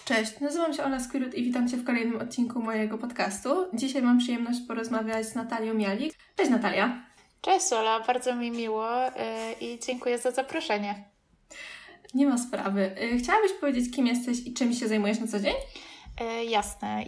Cześć, nazywam się Ola Skirut i witam Cię w kolejnym odcinku mojego podcastu. Dzisiaj mam przyjemność porozmawiać z Natalią Mialik. Cześć Natalia. Cześć Ola, bardzo mi miło i dziękuję za zaproszenie. Nie ma sprawy. Chciałabyś powiedzieć, kim jesteś i czym się zajmujesz na co dzień? Jasne.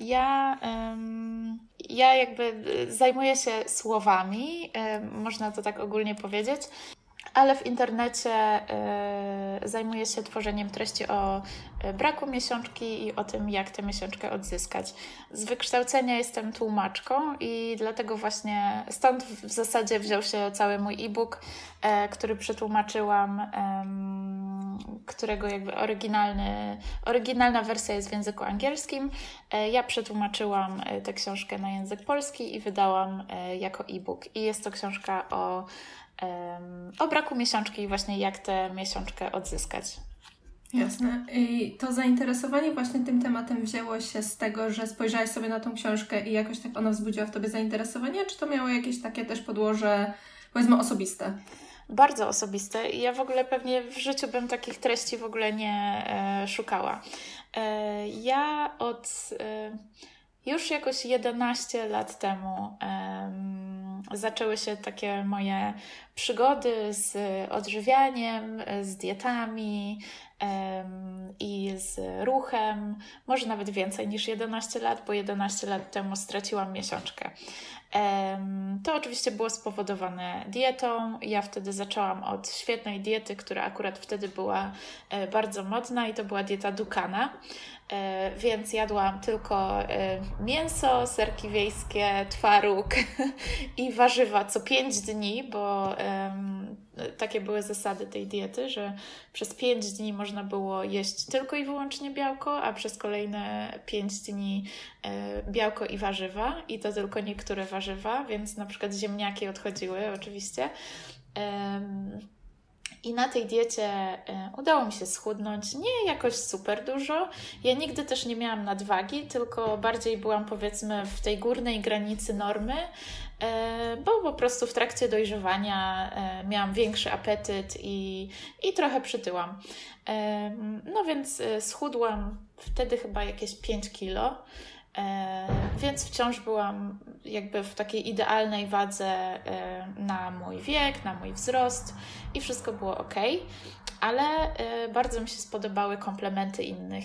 Ja jakby zajmuję się słowami, można to tak ogólnie powiedzieć, ale w internecie zajmuję się tworzeniem treści o braku miesiączki i o tym, jak tę miesiączkę odzyskać. Z wykształcenia jestem tłumaczką i dlatego właśnie stąd w zasadzie wziął się cały mój e-book, który przetłumaczyłam, którego jakby oryginalna wersja jest w języku angielskim. Ja przetłumaczyłam tę książkę na język polski i wydałam jako e-book. I jest to książka o braku miesiączki i właśnie jak tę miesiączkę odzyskać. Jasne. I to zainteresowanie właśnie tym tematem wzięło się z tego, że spojrzałaś sobie na tą książkę i jakoś tak ona wzbudziła w Tobie zainteresowanie, czy to miało jakieś takie też podłoże, powiedzmy, osobiste? Bardzo osobiste i ja w ogóle pewnie w życiu bym takich treści w ogóle nie szukała. Ja już jakoś 11 lat temu zaczęły się takie moje przygody z odżywianiem, z dietami i z ruchem. Może nawet więcej niż 11 lat, bo 11 lat temu straciłam miesiączkę. To oczywiście było spowodowane dietą. Ja wtedy zaczęłam od świetnej diety, która akurat wtedy była bardzo modna i to była dieta Dukana. Więc jadłam tylko mięso, serki wiejskie, twaróg i warzywa co 5 dni, bo takie były zasady tej diety, że przez 5 dni można było jeść tylko i wyłącznie białko, a przez kolejne 5 dni białko i warzywa i to tylko niektóre warzywa, więc na przykład ziemniaki odchodziły oczywiście. I na tej diecie udało mi się schudnąć, nie jakoś super dużo. Ja nigdy też nie miałam nadwagi, tylko bardziej byłam powiedzmy w tej górnej granicy normy, bo po prostu w trakcie dojrzewania miałam większy apetyt i trochę przytyłam. No więc schudłam wtedy chyba jakieś 5 kilo. Więc wciąż byłam jakby w takiej idealnej wadze na mój wiek, na mój wzrost i wszystko było ok, ale bardzo mi się spodobały komplementy innych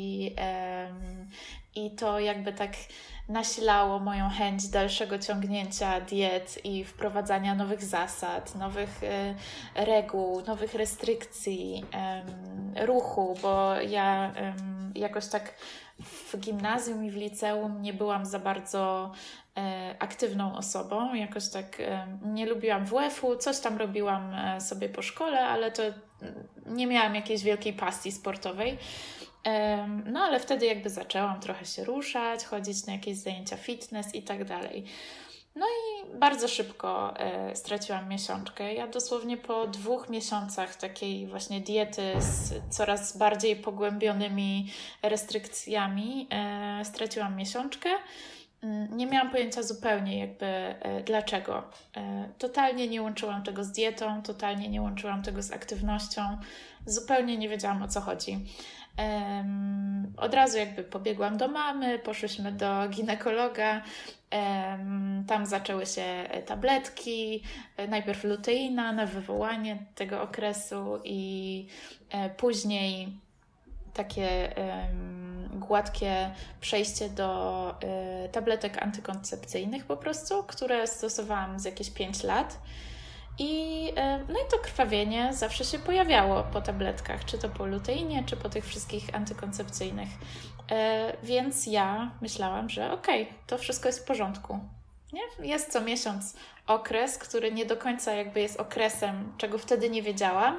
i to jakby tak nasilało moją chęć dalszego ciągnięcia diet i wprowadzania nowych zasad, nowych reguł, nowych restrykcji, ruchu, bo ja jakoś tak w gimnazjum i w liceum nie byłam za bardzo aktywną osobą, jakoś tak nie lubiłam WF-u, coś tam robiłam sobie po szkole, ale to nie miałam jakiejś wielkiej pasji sportowej. No ale wtedy jakby zaczęłam trochę się ruszać, chodzić na jakieś zajęcia fitness i tak dalej. No i bardzo szybko straciłam miesiączkę. Ja dosłownie po 2 miesiącach takiej właśnie diety z coraz bardziej pogłębionymi restrykcjami straciłam miesiączkę. Nie miałam pojęcia zupełnie jakby dlaczego. Totalnie nie łączyłam tego z dietą, totalnie nie łączyłam tego z aktywnością. Zupełnie nie wiedziałam, o co chodzi. Od razu jakby pobiegłam do mamy, poszłyśmy do ginekologa, tam zaczęły się tabletki, najpierw luteina na wywołanie tego okresu i później takie gładkie przejście do tabletek antykoncepcyjnych po prostu, które stosowałam z jakieś 5 lat. No i to krwawienie zawsze się pojawiało po tabletkach, czy to po luteinie, czy po tych wszystkich antykoncepcyjnych. Więc ja myślałam, że okej, to wszystko jest w porządku. Nie? Jest co miesiąc okres, który nie do końca jakby jest okresem, czego wtedy nie wiedziałam,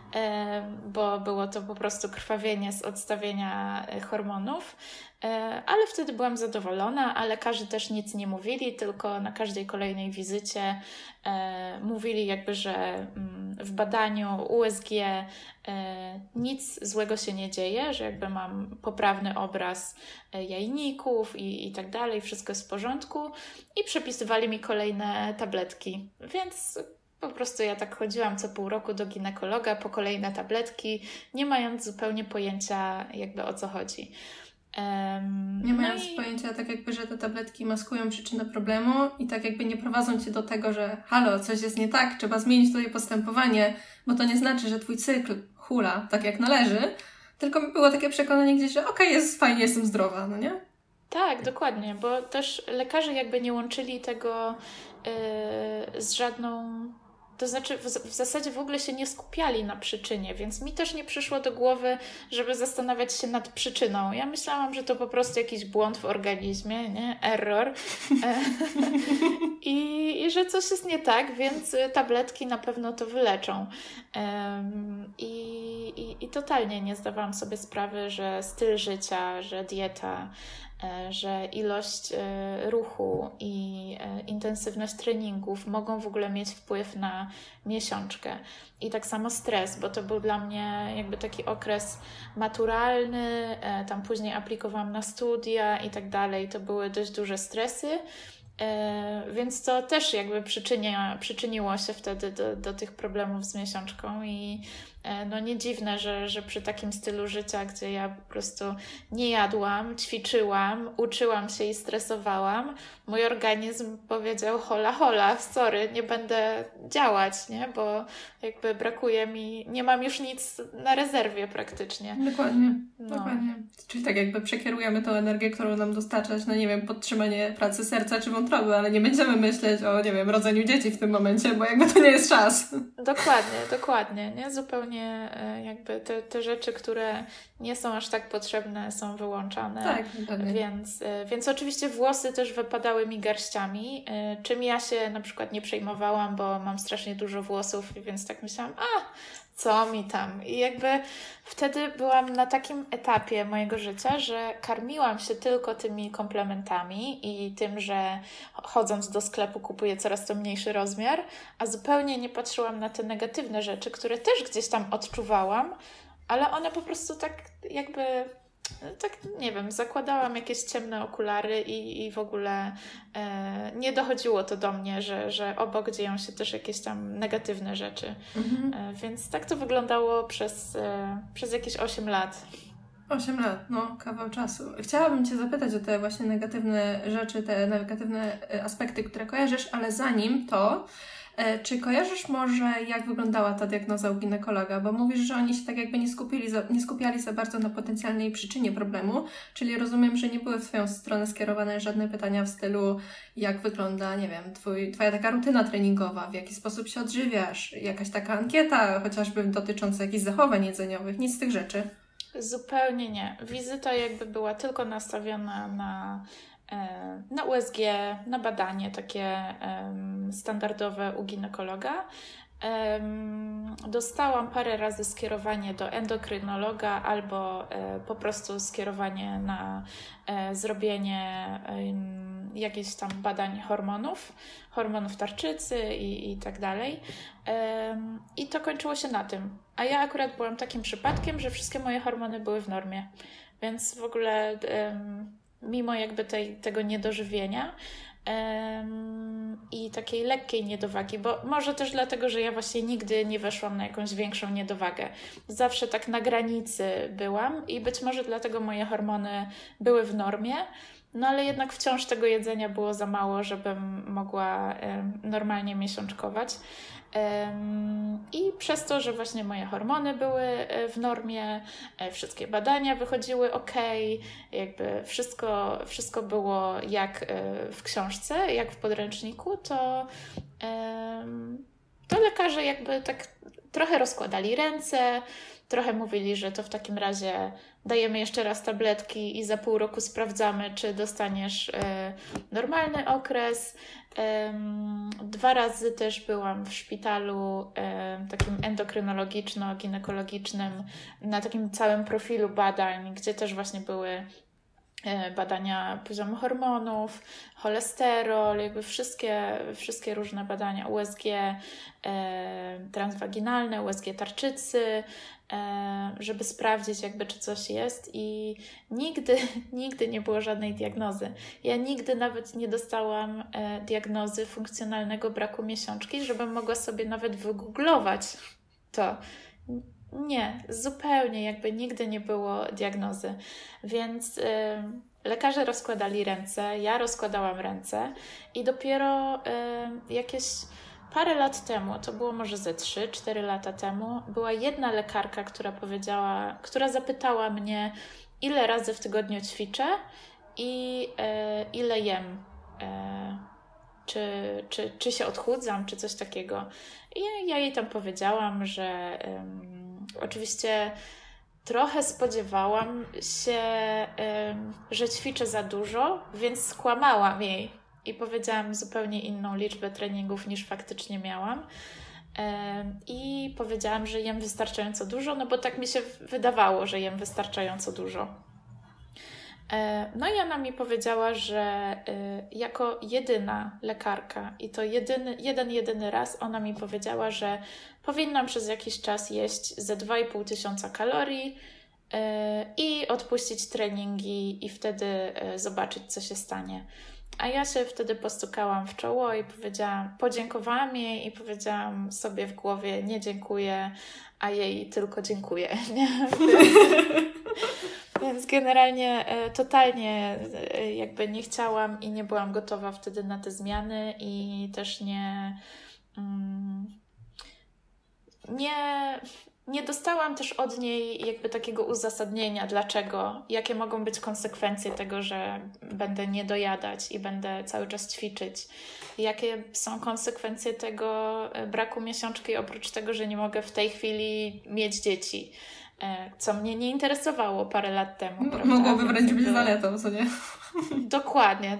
bo było to po prostu krwawienie z odstawienia hormonów, ale wtedy byłam zadowolona, a lekarze też nic nie mówili, tylko na każdej kolejnej wizycie mówili jakby, że w badaniu USG nic złego się nie dzieje, że jakby mam poprawny obraz jajników i tak dalej, wszystko jest w porządku i przepisywali mi kolejne tabletki, więc Po prostu ja tak chodziłam co pół roku do ginekologa po kolejne tabletki, nie mając zupełnie pojęcia jakby o co chodzi. Nie mając pojęcia tak jakby, że te tabletki maskują przyczynę problemu i tak jakby nie prowadzą Cię do tego, że halo, coś jest nie tak, trzeba zmienić tutaj postępowanie, bo to nie znaczy, że Twój cykl hula tak jak należy, tylko było takie przekonanie gdzieś, że okej, jest fajnie, jestem zdrowa, no nie? Tak, dokładnie, bo też lekarze jakby nie łączyli tego z żadną... To znaczy w zasadzie w ogóle się nie skupiali na przyczynie, więc mi też nie przyszło do głowy, żeby zastanawiać się nad przyczyną. Ja myślałam, że to po prostu jakiś błąd w organizmie, nie? Error. I że coś jest nie tak, więc tabletki na pewno to wyleczą. I totalnie nie zdawałam sobie sprawy, że styl życia, że dieta, że ilość ruchu i intensywność treningów mogą w ogóle mieć wpływ na miesiączkę. I tak samo stres, bo to był dla mnie jakby taki okres maturalny, tam później aplikowałam na studia i tak dalej. To były dość duże stresy, więc to też jakby przyczyniło się wtedy do tych problemów z miesiączką i no nie dziwne, że przy takim stylu życia, gdzie ja po prostu nie jadłam, ćwiczyłam, uczyłam się i stresowałam, mój organizm powiedział hola, sorry, nie będę działać, nie? Bo jakby brakuje mi, nie mam już nic na rezerwie praktycznie. Dokładnie. Czyli tak jakby przekierujemy tą energię, którą nam dostarczać, no nie wiem, podtrzymanie pracy serca czy wątroby, ale nie będziemy myśleć o, nie wiem, rodzeniu dzieci w tym momencie, bo jakby to nie jest czas. Dokładnie, nie? Zupełnie jakby te rzeczy, które nie są aż tak potrzebne, są wyłączane. Tak, więc oczywiście włosy też wypadały mi garściami, czym ja się na przykład nie przejmowałam, bo mam strasznie dużo włosów, więc tak myślałam, co mi tam? I jakby wtedy byłam na takim etapie mojego życia, że karmiłam się tylko tymi komplementami i tym, że chodząc do sklepu kupuję coraz to mniejszy rozmiar, a zupełnie nie patrzyłam na te negatywne rzeczy, które też gdzieś tam odczuwałam, ale one po prostu tak jakby... Tak, nie wiem, zakładałam jakieś ciemne okulary i w ogóle nie dochodziło to do mnie, że obok dzieją się też jakieś tam negatywne rzeczy. Więc tak to wyglądało przez jakieś 8 lat. 8 lat, no kawał czasu. Chciałabym Cię zapytać o te właśnie negatywne rzeczy, te negatywne aspekty, które kojarzysz, ale zanim to... Czy kojarzysz może, jak wyglądała ta diagnoza u ginekologa? Bo mówisz, że oni się tak jakby nie skupiali za bardzo na potencjalnej przyczynie problemu, czyli rozumiem, że nie były w Twoją stronę skierowane żadne pytania w stylu, jak wygląda, nie wiem, Twoja taka rutyna treningowa, w jaki sposób się odżywiasz, jakaś taka ankieta, chociażby dotycząca jakichś zachowań jedzeniowych, nic z tych rzeczy. Zupełnie nie. Wizyta jakby była tylko nastawiona na USG, na badanie takie standardowe u ginekologa. Dostałam parę razy skierowanie do endokrynologa albo po prostu skierowanie na zrobienie jakichś tam badań hormonów tarczycy i tak dalej. I to kończyło się na tym. A ja akurat byłam takim przypadkiem, że wszystkie moje hormony były w normie. Więc w ogóle mimo jakby tego niedożywienia i takiej lekkiej niedowagi, bo może też dlatego, że ja właśnie nigdy nie weszłam na jakąś większą niedowagę. Zawsze tak na granicy byłam i być może dlatego moje hormony były w normie, no ale jednak wciąż tego jedzenia było za mało, żebym mogła normalnie miesiączkować. I przez to, że właśnie moje hormony były w normie, wszystkie badania wychodziły ok, jakby wszystko było jak w książce, jak w podręczniku, to lekarze jakby tak trochę rozkładali ręce, trochę mówili, że to w takim razie dajemy jeszcze raz tabletki i za pół roku sprawdzamy, czy dostaniesz normalny okres. 2 razy też byłam w szpitalu takim endokrynologiczno-ginekologicznym na takim całym profilu badań, gdzie też właśnie były badania poziomu hormonów, cholesterol, jakby wszystkie różne badania USG transwaginalne, USG tarczycy, żeby sprawdzić jakby, czy coś jest i nigdy nie było żadnej diagnozy. Ja nigdy nawet nie dostałam diagnozy funkcjonalnego braku miesiączki, żebym mogła sobie nawet wygooglować to. Nie, zupełnie jakby nigdy nie było diagnozy. Więc lekarze rozkładali ręce, ja rozkładałam ręce i dopiero jakieś parę lat temu, to było może ze 3-4 lata temu, była jedna lekarka, która zapytała mnie, ile razy w tygodniu ćwiczę i ile jem. Czy się odchudzam, czy coś takiego. I ja jej tam powiedziałam, że oczywiście trochę spodziewałam się, że ćwiczę za dużo, więc skłamałam jej i powiedziałam zupełnie inną liczbę treningów niż faktycznie miałam. I powiedziałam, że jem wystarczająco dużo, no bo tak mi się wydawało, że jem wystarczająco dużo. No i ona mi powiedziała, że jako jedyna lekarka i to jedyny raz ona mi powiedziała, że powinnam przez jakiś czas jeść ze 2500 kalorii i odpuścić treningi i wtedy zobaczyć, co się stanie. A ja się wtedy postukałam w czoło i podziękowałam jej i powiedziałam sobie w głowie, nie dziękuję, a jej tylko dziękuję. Więc generalnie totalnie jakby nie chciałam i nie byłam gotowa wtedy na te zmiany i też nie dostałam też od niej jakby takiego uzasadnienia, dlaczego, jakie mogą być konsekwencje tego, że będę nie dojadać i będę cały czas ćwiczyć. Jakie są konsekwencje tego braku miesiączki, oprócz tego, że nie mogę w tej chwili mieć dzieci. Co mnie nie interesowało parę lat temu. Mogłoby wręcz być zaletą, co nie? Dokładnie.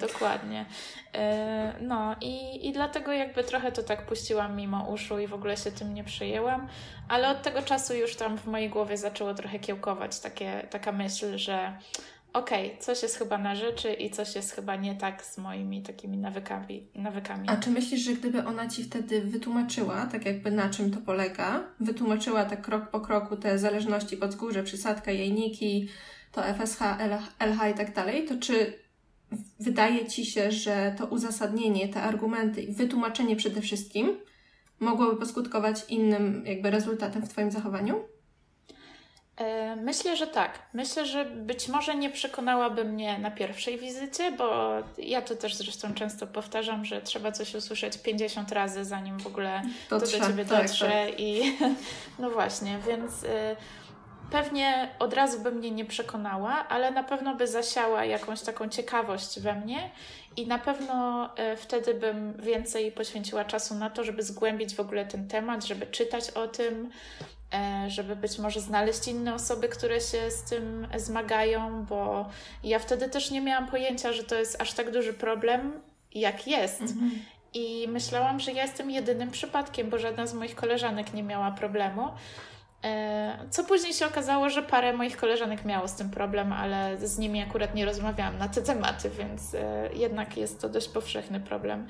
No i dlatego jakby trochę to tak puściłam mimo uszu i w ogóle się tym nie przejęłam, ale od tego czasu już tam w mojej głowie zaczęło trochę kiełkować taka myśl, że okej, coś jest chyba na rzeczy i coś jest chyba nie tak z moimi takimi nawykami. A czy myślisz, że gdyby ona Ci wtedy wytłumaczyła, tak jakby na czym to polega, wytłumaczyła tak krok po kroku te zależności, podzgórze, przysadka, jajniki, to FSH, LH i tak dalej, to czy wydaje Ci się, że to uzasadnienie, te argumenty i wytłumaczenie przede wszystkim mogłoby poskutkować innym jakby rezultatem w Twoim zachowaniu? Myślę, że tak. Myślę, że być może nie przekonałaby mnie na pierwszej wizycie, bo ja to też zresztą często powtarzam, że trzeba coś usłyszeć 50 razy, zanim w ogóle to do Ciebie dotrze. Tak. I no właśnie, więc pewnie od razu by mnie nie przekonała, ale na pewno by zasiała jakąś taką ciekawość we mnie i na pewno wtedy bym więcej poświęciła czasu na to, żeby zgłębić w ogóle ten temat, żeby czytać o tym, żeby być może znaleźć inne osoby, które się z tym zmagają, bo ja wtedy też nie miałam pojęcia, że to jest aż tak duży problem, jak jest. I myślałam, że ja jestem jedynym przypadkiem, bo żadna z moich koleżanek nie miała problemu. Co później się okazało, że parę moich koleżanek miało z tym problem, ale z nimi akurat nie rozmawiałam na te tematy, więc jednak jest to dość powszechny problem.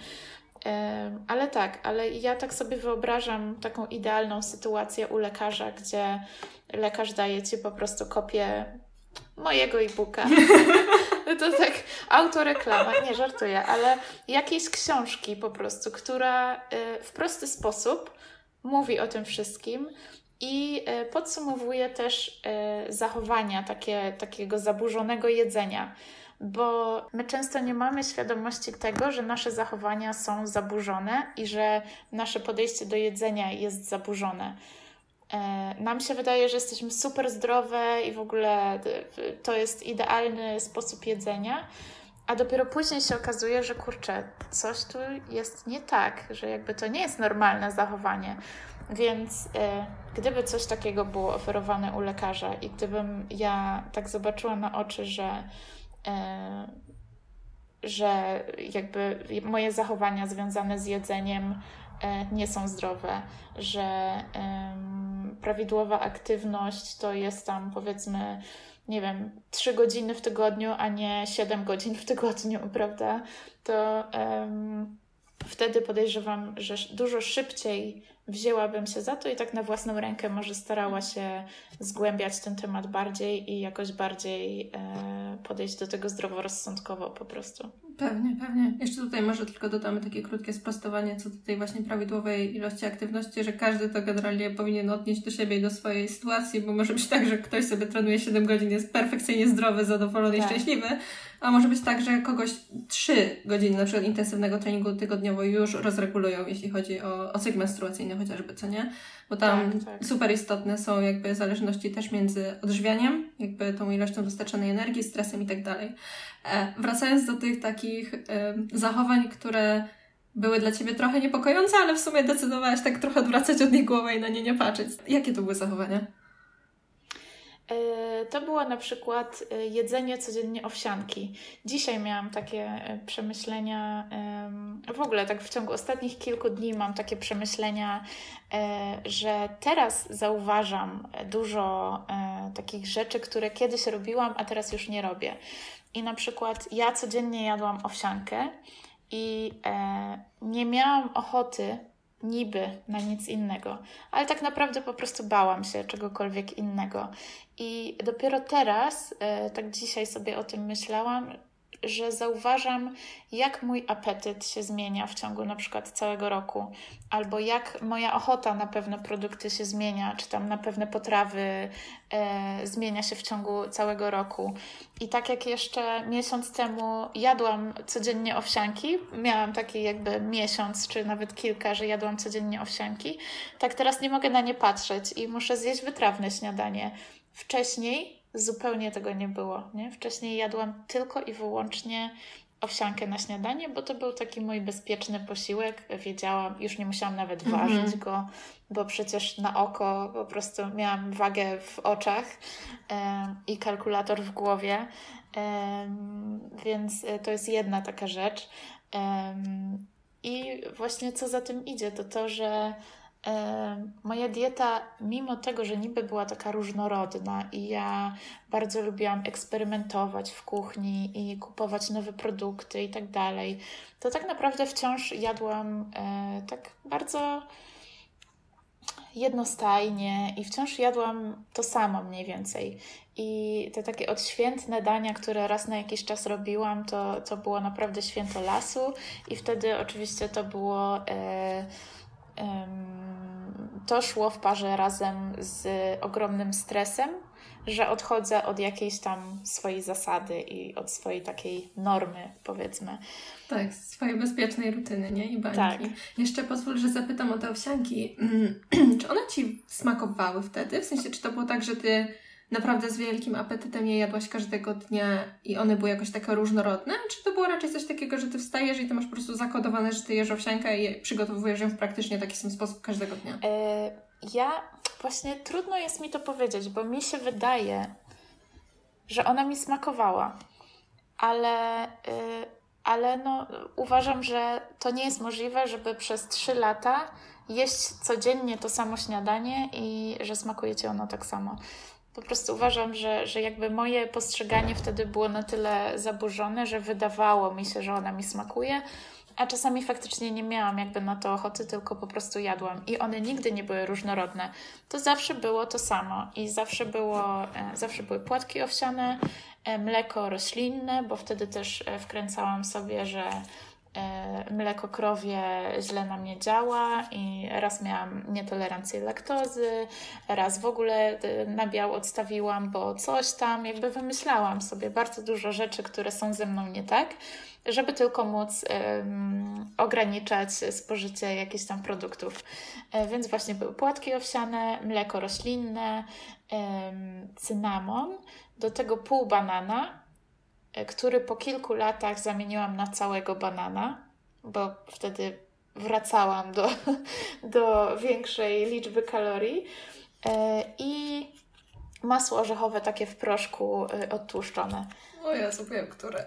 Ale ja tak sobie wyobrażam taką idealną sytuację u lekarza, gdzie lekarz daje Ci po prostu kopię mojego e-booka. To tak autoreklama, nie żartuję, ale jakiejś książki po prostu, która w prosty sposób mówi o tym wszystkim i podsumowuje też zachowania takiego zaburzonego jedzenia. Bo my często nie mamy świadomości tego, że nasze zachowania są zaburzone i że nasze podejście do jedzenia jest zaburzone. Nam się wydaje, że jesteśmy super zdrowe i w ogóle to jest idealny sposób jedzenia, a dopiero później się okazuje, że kurczę, coś tu jest nie tak, że jakby to nie jest normalne zachowanie. Więc gdyby coś takiego było oferowane u lekarza i gdybym ja tak zobaczyła na oczy, że jakby moje zachowania związane z jedzeniem nie są zdrowe, że prawidłowa aktywność to jest tam powiedzmy, nie wiem, 3 godziny w tygodniu, a nie 7 godzin w tygodniu, prawda? To wtedy podejrzewam, że dużo szybciej wzięłabym się za to i tak na własną rękę może starała się zgłębiać ten temat bardziej i jakoś bardziej podejść do tego zdroworozsądkowo po prostu. Pewnie. Jeszcze tutaj może tylko dodamy takie krótkie sprostowanie co do tej właśnie prawidłowej ilości aktywności, że każdy to generalnie powinien odnieść do siebie i do swojej sytuacji, bo może być tak, że ktoś sobie trenuje 7 godzin, jest perfekcyjnie zdrowy, zadowolony i szczęśliwy, a może być tak, że kogoś 3 godziny na przykład intensywnego treningu tygodniowo już rozregulują, jeśli chodzi o cykl menstruacyjny chociażby, co nie? Bo tam super istotne są jakby zależności też między odżywianiem, jakby tą ilością dostarczanej energii, stresem i tak dalej. Wracając do tych takich zachowań, które były dla Ciebie trochę niepokojące, ale w sumie decydowałaś tak trochę odwracać od nich głowę i na nie patrzeć. Jakie to były zachowania? To było na przykład jedzenie codziennie owsianki. Dzisiaj miałam takie przemyślenia, w ogóle tak w ciągu ostatnich kilku dni mam takie przemyślenia, że teraz zauważam dużo takich rzeczy, które kiedyś robiłam, a teraz już nie robię. I na przykład ja codziennie jadłam owsiankę i nie miałam ochoty niby na nic innego, ale tak naprawdę po prostu bałam się czegokolwiek innego. I dopiero teraz, tak dzisiaj sobie o tym myślałam, że zauważam, jak mój apetyt się zmienia w ciągu na przykład całego roku, albo jak moja ochota na pewne produkty się zmienia, czy tam na pewne potrawy zmienia się w ciągu całego roku. I tak jak jeszcze miesiąc temu jadłam codziennie owsianki, miałam taki jakby miesiąc, czy nawet kilka, że jadłam codziennie owsianki, tak teraz nie mogę na nie patrzeć i muszę zjeść wytrawne śniadanie. Wcześniej zupełnie tego nie było, nie? Wcześniej jadłam tylko i wyłącznie owsiankę na śniadanie, bo to był taki mój bezpieczny posiłek. Wiedziałam, już nie musiałam nawet ważyć go, bo przecież na oko po prostu miałam wagę w oczach i kalkulator w głowie, więc to jest jedna taka rzecz. I właśnie co za tym idzie, to to, że moja dieta, mimo tego, że niby była taka różnorodna i ja bardzo lubiłam eksperymentować w kuchni i kupować nowe produkty i tak dalej, to tak naprawdę wciąż jadłam tak bardzo jednostajnie i wciąż jadłam to samo mniej więcej. I te takie odświętne dania, które raz na jakiś czas robiłam, to było naprawdę święto lasu i wtedy oczywiście to było... to szło w parze razem z ogromnym stresem, że odchodzę od jakiejś tam swojej zasady i od swojej takiej normy, powiedzmy. Tak, swojej bezpiecznej rutyny, nie? I bańki. Tak. Jeszcze pozwól, że zapytam o te owsianki. Czy one Ci smakowały wtedy? W sensie, czy to było tak, że Ty naprawdę z wielkim apetytem je jadłaś każdego dnia i one były jakoś takie różnorodne? Czy to było raczej coś takiego, że Ty wstajesz i Ty masz po prostu zakodowane, że Ty jesz owsiankę i przygotowujesz ją w praktycznie taki sam sposób każdego dnia? Ja właśnie trudno jest mi to powiedzieć, bo mi się wydaje, że ona mi smakowała, ale no, uważam, że to nie jest możliwe, żeby przez 3 lata jeść codziennie to samo śniadanie i że smakuje Ci ono tak samo. Po prostu uważam, że jakby moje postrzeganie wtedy było na tyle zaburzone, że wydawało mi się, że ona mi smakuje, a czasami faktycznie nie miałam jakby na to ochoty, tylko po prostu jadłam. I one nigdy nie były różnorodne. To zawsze było to samo i zawsze były płatki owsiane, mleko roślinne, bo wtedy też wkręcałam sobie, że mleko krowie źle na mnie działa i raz miałam nietolerancję laktozy, raz w ogóle nabiał odstawiłam, bo coś tam jakby wymyślałam sobie bardzo dużo rzeczy, które są ze mną nie tak, żeby tylko móc ograniczać spożycie jakichś tam produktów. Więc właśnie były płatki owsiane, mleko roślinne, cynamon, do tego pół banana, który po kilku latach zamieniłam na całego banana, bo wtedy wracałam do większej liczby kalorii i masło orzechowe takie w proszku odtłuszczone. O Jezu, wiem, które.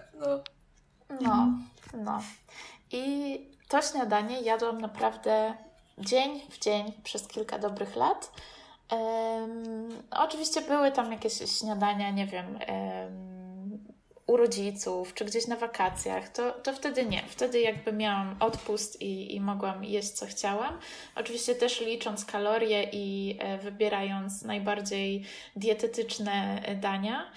No. I to śniadanie jadłam naprawdę dzień w dzień przez kilka dobrych lat. Oczywiście były tam jakieś śniadania, nie wiem, u rodziców, czy gdzieś na wakacjach, to wtedy nie. Wtedy jakby miałam odpust i mogłam jeść, co chciałam. Oczywiście też licząc kalorie i wybierając najbardziej dietetyczne dania.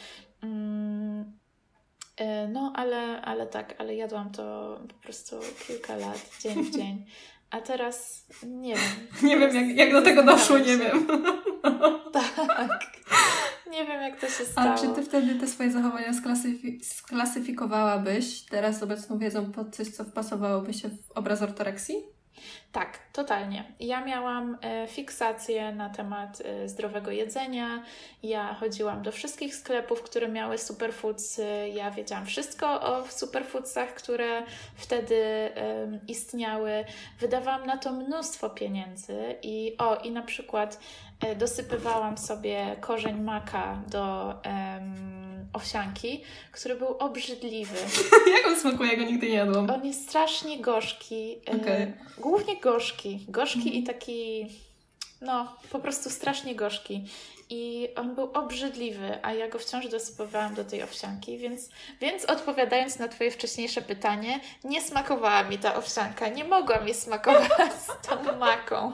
No, ale jadłam to po prostu kilka lat, dzień w dzień. A teraz nie wiem. Nie wiem, jak do tego doszło, nie wiem. Tak. Nie wiem, jak to się stało. A czy ty wtedy te swoje zachowania sklasyfikowałabyś teraz obecną wiedzą pod coś, co wpasowałoby się w obraz ortoreksji? Tak, totalnie. Ja miałam fiksację na temat zdrowego jedzenia. Ja chodziłam do wszystkich sklepów, które miały superfoodsy. Ja wiedziałam wszystko o superfoodsach, które wtedy istniały. Wydawałam na to mnóstwo pieniędzy i na przykład dosypywałam sobie korzeń maka do owsianki, który był obrzydliwy. Jak on smakuje? Ja go nigdy nie jadłam. On jest strasznie gorzki. Głównie gorzki. Gorzki i taki, po prostu strasznie gorzki. I on był obrzydliwy, a ja go wciąż dosypywałam do tej owsianki, więc odpowiadając na Twoje wcześniejsze pytanie, nie smakowała mi ta owsianka. Nie mogłam jej smakować z tą maką.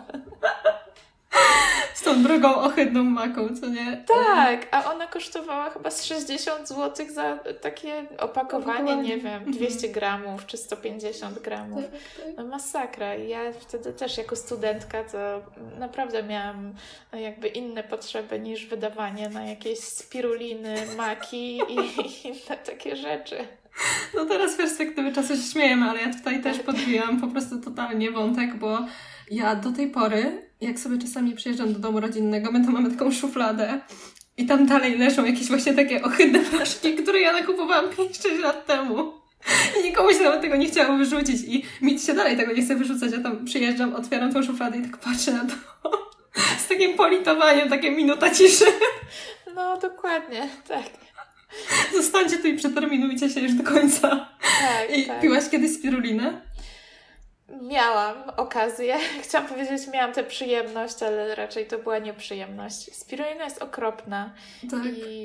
Z tą drugą ohydną maką, co nie? Tak, a ona kosztowała chyba z 60 zł za takie opakowanie, nie wiem, 200 gramów czy 150 gramów. No masakra. Ja wtedy też jako studentka to naprawdę miałam jakby inne potrzeby niż wydawanie na jakieś spiruliny, maki i inne takie rzeczy. No teraz z perspektywy czasu się śmiejemy, ale ja tutaj też podbijam po prostu totalnie wątek, bo ja do tej pory, jak sobie czasami przyjeżdżam do domu rodzinnego, my tam mamy taką szufladę i tam dalej leżą jakieś właśnie takie ohydne flaszki, które ja nakupowałam 5-6 lat temu. I nikomu się nawet tego nie chciało wyrzucić i mi się dalej tego nie chce wyrzucać. Ja tam przyjeżdżam, otwieram tą szufladę i tak patrzę na to z takim politowaniem, takie minuta ciszy. No, dokładnie, tak. Zostańcie tu i przeterminujcie się już do końca. Tak, I tak. piłaś kiedyś spirulinę? Miałam okazję. Chciałam powiedzieć, miałam tę przyjemność, ale raczej to była nieprzyjemność. Spirulina jest okropna. Tak.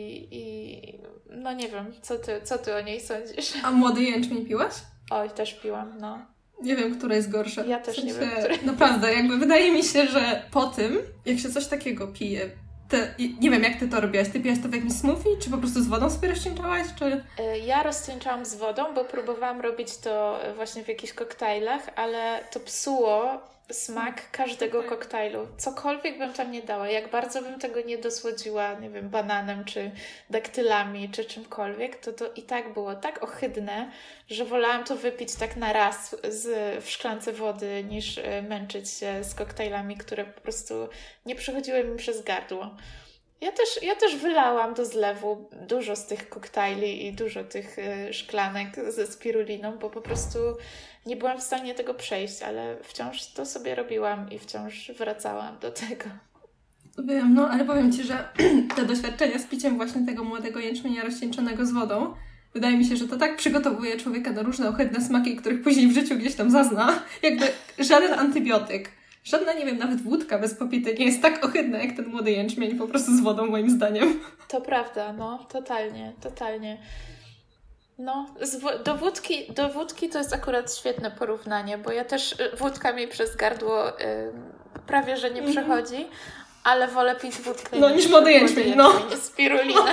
No nie wiem, co ty o niej sądzisz? A młody jęczmień piłaś? Oj, też piłam, no. Nie wiem, która jest gorsza. Ja też nie wiem, która. Naprawdę, jakby wydaje mi się, że po tym, jak się coś takiego pije, nie wiem, jak ty to robiłaś. Ty pijaś to w jakimś smoothie? Czy po prostu z wodą sobie rozcieńczałaś? Czy... Ja rozcieńczałam z wodą, bo próbowałam robić to właśnie w jakichś koktajlach, ale to psuło smak każdego koktajlu. Cokolwiek bym tam nie dała, jak bardzo bym tego nie dosłodziła, nie wiem, bananem, czy daktylami, czy czymkolwiek, to i tak było tak ohydne, że wolałam to wypić tak na raz w szklance wody, niż męczyć się z koktajlami, które po prostu nie przechodziły mi przez gardło. Ja też wylałam do zlewu dużo z tych koktajli i dużo tych szklanek ze spiruliną, bo po prostu nie byłam w stanie tego przejść, ale wciąż to sobie robiłam i wciąż wracałam do tego. Wiem, no ale powiem Ci, że te doświadczenia z piciem właśnie tego młodego jęczmienia rozcieńczonego z wodą, wydaje mi się, że to tak przygotowuje człowieka na różne ohydne smaki, których później w życiu gdzieś tam zazna, jakby żaden antybiotyk. Żadna, nie wiem, nawet wódka bez popity nie jest tak ohydna jak ten młody jęczmień, po prostu z wodą, moim zdaniem. To prawda, no, totalnie. No, do wódki to jest akurat świetne porównanie, bo ja też wódka mi przez gardło prawie, że nie przechodzi, ale wolę pić wódkę niż młody jęczmień, niż spirulinę.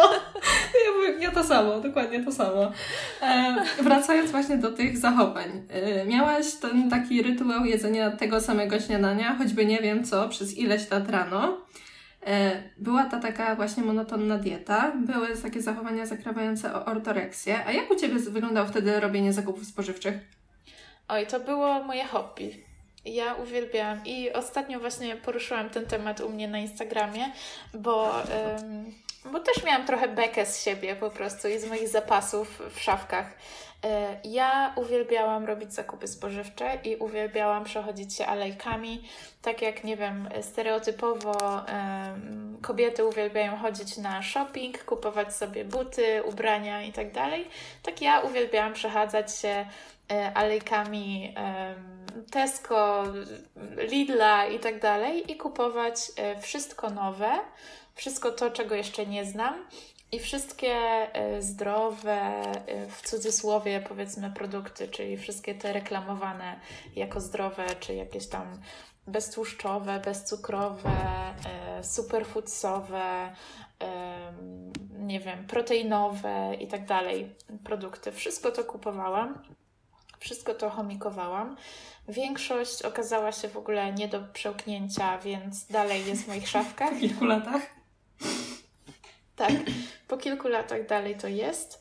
Ja to samo, dokładnie to samo. Wracając właśnie do tych zachowań. Miałaś ten taki rytuał jedzenia tego samego śniadania, choćby nie wiem co, przez ileś lat rano. Była ta taka właśnie monotonna dieta. Były takie zachowania zakrawające o ortoreksję. A jak u Ciebie wyglądało wtedy robienie zakupów spożywczych? Oj, to było moje hobby. Ja uwielbiałam i ostatnio właśnie poruszyłam ten temat u mnie na Instagramie, bo też miałam trochę bekę z siebie po prostu i z moich zapasów w szafkach. Ja uwielbiałam robić zakupy spożywcze i uwielbiałam przechodzić się alejkami. Tak jak, nie wiem, stereotypowo kobiety uwielbiają chodzić na shopping, kupować sobie buty, ubrania i tak dalej. Tak ja uwielbiałam przechadzać się alejkami Tesco, Lidla i tak dalej i kupować wszystko nowe, wszystko to, czego jeszcze nie znam, I wszystkie zdrowe, w cudzysłowie powiedzmy, produkty, czyli wszystkie te reklamowane jako zdrowe, czy jakieś tam beztłuszczowe, bezcukrowe, superfoodsowe, nie wiem, proteinowe i tak dalej produkty. Wszystko to kupowałam, wszystko to chomikowałam. Większość okazała się w ogóle nie do przełknięcia, więc dalej jest w moich szafkach. Po kilku latach? Tak, po kilku latach dalej to jest.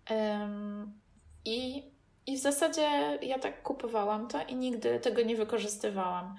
I w zasadzie ja tak kupowałam to i nigdy tego nie wykorzystywałam.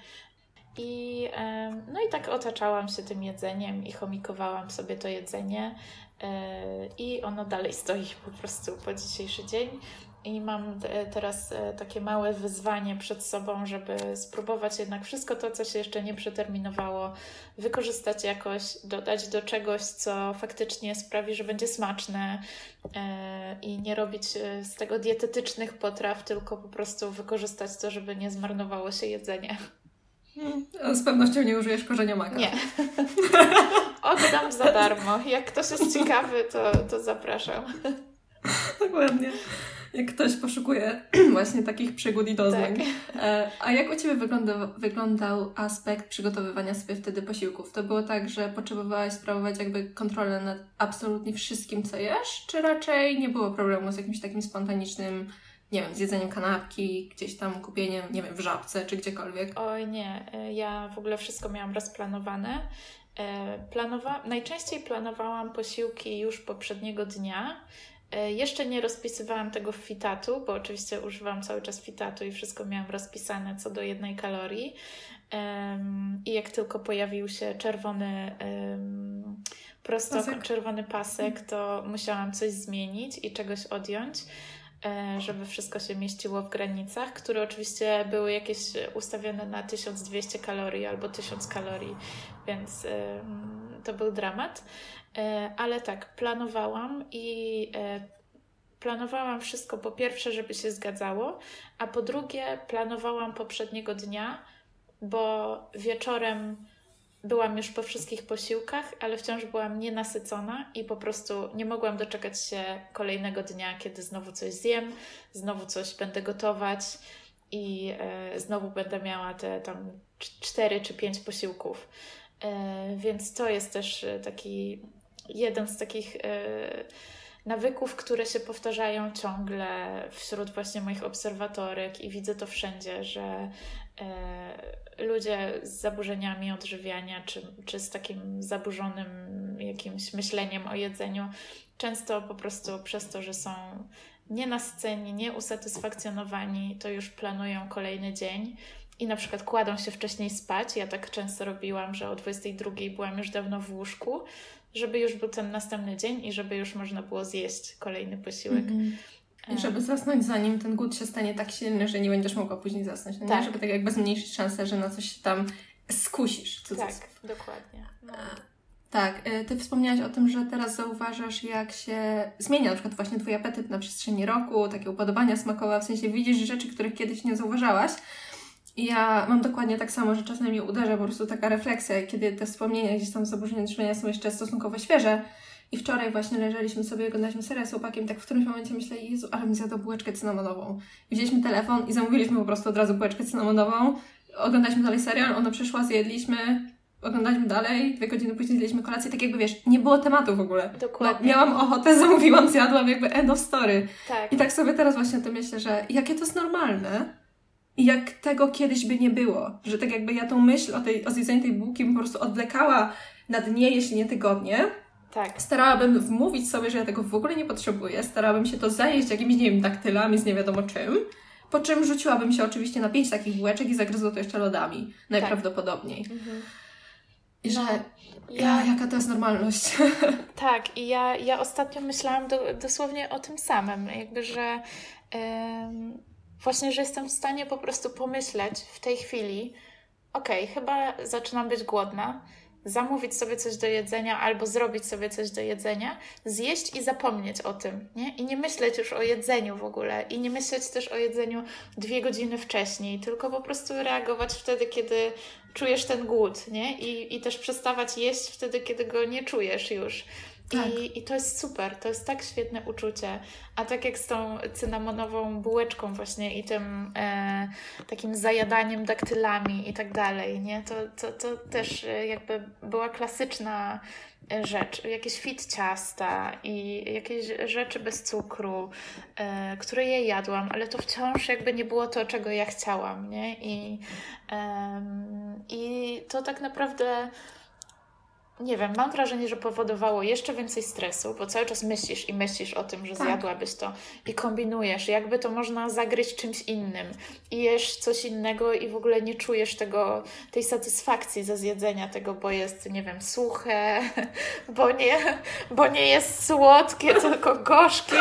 No i tak otaczałam się tym jedzeniem i chomikowałam sobie to jedzenie i ono dalej stoi po prostu po dzisiejszy dzień. I mam teraz takie małe wyzwanie przed sobą, żeby spróbować jednak wszystko to, co się jeszcze nie przeterminowało, wykorzystać jakoś, dodać do czegoś, co faktycznie sprawi, że będzie smaczne i nie robić z tego dietetycznych potraw, tylko po prostu wykorzystać to, żeby nie zmarnowało się jedzenie. Z pewnością nie użyjesz korzenia maka. Nie. Oddam za darmo. Jak ktoś jest ciekawy, to zapraszam. Dokładnie. Jak ktoś poszukuje właśnie takich przygód i doznań. Tak. A jak u Ciebie wyglądał aspekt przygotowywania sobie wtedy posiłków? To było tak, że potrzebowałaś sprawować jakby kontrolę nad absolutnie wszystkim, co jesz? Czy raczej nie było problemu z jakimś takim spontanicznym, nie wiem, z jedzeniem kanapki, gdzieś tam kupieniem, nie wiem, w Żabce czy gdziekolwiek? Oj nie, ja w ogóle wszystko miałam rozplanowane. Najczęściej planowałam posiłki już poprzedniego dnia. Jeszcze nie rozpisywałam tego w Fitatu, bo oczywiście używam cały czas Fitatu i wszystko miałam rozpisane co do 1 kalorii. I jak tylko pojawił się czerwony pasek, to musiałam coś zmienić i czegoś odjąć, żeby wszystko się mieściło w granicach, które oczywiście były jakieś ustawione na 1200 kalorii albo 1000 kalorii, więc to był dramat. Ale tak, planowałam wszystko po pierwsze, żeby się zgadzało, a po drugie planowałam poprzedniego dnia, bo wieczorem byłam już po wszystkich posiłkach, ale wciąż byłam nienasycona i po prostu nie mogłam doczekać się kolejnego dnia, kiedy znowu coś zjem, znowu coś będę gotować i znowu będę miała te tam 4 czy 5 posiłków. Więc to jest też taki jeden z takich nawyków, które się powtarzają ciągle wśród właśnie moich obserwatorek i widzę to wszędzie, że ludzie z zaburzeniami odżywiania czy z takim zaburzonym jakimś myśleniem o jedzeniu często po prostu przez to, że są nienasyceni, nieusatysfakcjonowani, to już planują kolejny dzień i na przykład kładą się wcześniej spać. Ja tak często robiłam, że o 22:00 byłam już dawno w łóżku, żeby już był ten następny dzień i żeby już można było zjeść kolejny posiłek. I żeby zasnąć, zanim ten głód się stanie tak silny, że nie będziesz mogła później zasnąć. No tak. Nie? Żeby tak jakby zmniejszyć szansę, że na coś tam skusisz. Tak, dokładnie. No. Tak, Ty wspomniałaś o tym, że teraz zauważasz, jak się zmienia na przykład właśnie Twój apetyt na przestrzeni roku, takie upodobania smakowe, w sensie widzisz rzeczy, których kiedyś nie zauważałaś. I ja mam dokładnie tak samo, że czasem mnie uderza po prostu taka refleksja, kiedy te wspomnienia gdzieś tam z zaburzenia odżywiania są jeszcze stosunkowo świeże. I wczoraj właśnie leżeliśmy sobie, oglądaliśmy serial z chłopakiem, tak w którymś momencie myślę, Jezu, ale mi zjadł bułeczkę cynamonową. I wzięliśmy telefon i zamówiliśmy po prostu od razu bułeczkę cynamonową. Oglądaliśmy dalej serial, ona przyszła, zjedliśmy, oglądaliśmy dalej, 2 godziny później zjedliśmy kolację, tak jakby wiesz, nie było tematu w ogóle. Dokładnie. Miałam ochotę, zamówiłam, zjadłam, jakby end of story. Tak. I tak sobie teraz właśnie o tym myślę, że jakie to jest normalne i jak tego kiedyś by nie było. Że tak jakby ja tą myśl o zjedzeniu tej bułki bym po prostu odwlekała na dnie, jeśli nie tygodnie. Tak. Starałabym wmówić sobie, że ja tego w ogóle nie potrzebuję. Starałabym się to zajeść jakimiś, nie wiem, daktylami z nie wiadomo czym. Po czym rzuciłabym się oczywiście na 5 takich bułeczek i zagryzła to jeszcze lodami. Najprawdopodobniej. Tak. I że jaka to jest normalność. Tak, i ja ostatnio myślałam dosłownie o tym samym. Jakby, że właśnie, że jestem w stanie po prostu pomyśleć w tej chwili, okej, chyba zaczynam być głodna, zamówić sobie coś do jedzenia albo zrobić sobie coś do jedzenia, zjeść i zapomnieć o tym, nie? I nie myśleć już o jedzeniu w ogóle i nie myśleć też o jedzeniu 2 godziny wcześniej, tylko po prostu reagować wtedy, kiedy czujesz ten głód, nie? I też przestawać jeść wtedy, kiedy go nie czujesz już. Tak. I to jest super, to jest tak świetne uczucie. A tak jak z tą cynamonową bułeczką właśnie i tym takim zajadaniem daktylami i tak dalej, nie? To też jakby była klasyczna rzecz. Jakieś fit ciasta i jakieś rzeczy bez cukru, które je jadłam, ale to wciąż jakby nie było to, czego ja chciałam, nie? I to tak naprawdę... Nie wiem, mam wrażenie, że powodowało jeszcze więcej stresu, bo cały czas myślisz o tym, że zjadłabyś to i kombinujesz, jakby to można zagryźć czymś innym i jesz coś innego i w ogóle nie czujesz tej satysfakcji ze zjedzenia tego, bo jest, nie wiem, suche, bo nie jest słodkie, tylko gorzkie,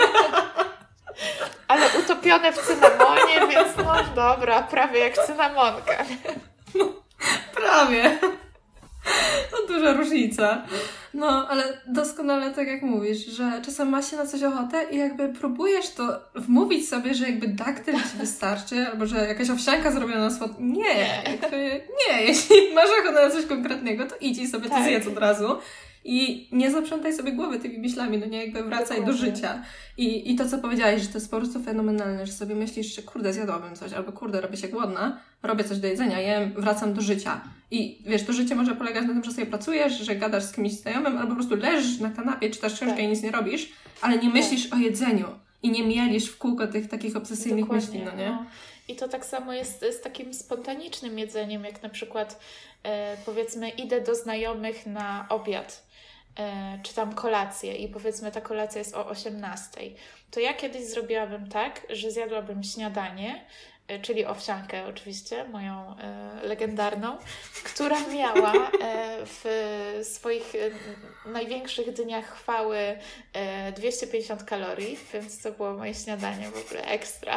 ale utopione w cynamonie, więc no dobra, prawie jak cynamonka. Prawie. To duża różnica. No, ale doskonale tak jak mówisz, że czasem ma się na coś ochotę i jakby próbujesz to wmówić sobie, że jakby daktyl ci wystarczy, albo że jakaś owsianka zrobiona słodko. Nie, jeśli masz ochotę na coś konkretnego, to idź i sobie to zjedz od razu. I nie zaprzątaj sobie głowy tymi myślami, no nie, jakby wracaj do życia. I to, co powiedziałaś, że to jest po prostu fenomenalne, że sobie myślisz, że kurde, zjadłabym coś, albo kurde, robię się głodna, robię coś do jedzenia, jem, wracam do życia. I wiesz, to życie może polegać na tym, że sobie pracujesz, że gadasz z kimś znajomym, albo po prostu leżysz na kanapie, czytasz książkę i nic nie robisz, ale nie myślisz o jedzeniu i nie mielisz w kółko tych takich obsesyjnych myśli, no nie? No. I to tak samo jest z takim spontanicznym jedzeniem, jak na przykład powiedzmy idę do znajomych na obiad, czy tam kolację i powiedzmy ta kolacja jest o 18:00, to ja kiedyś zrobiłabym tak, że zjadłabym śniadanie, czyli owsiankę oczywiście, moją legendarną, która miała w swoich największych dniach chwały 250 kalorii, więc to było moje śniadanie w ogóle ekstra.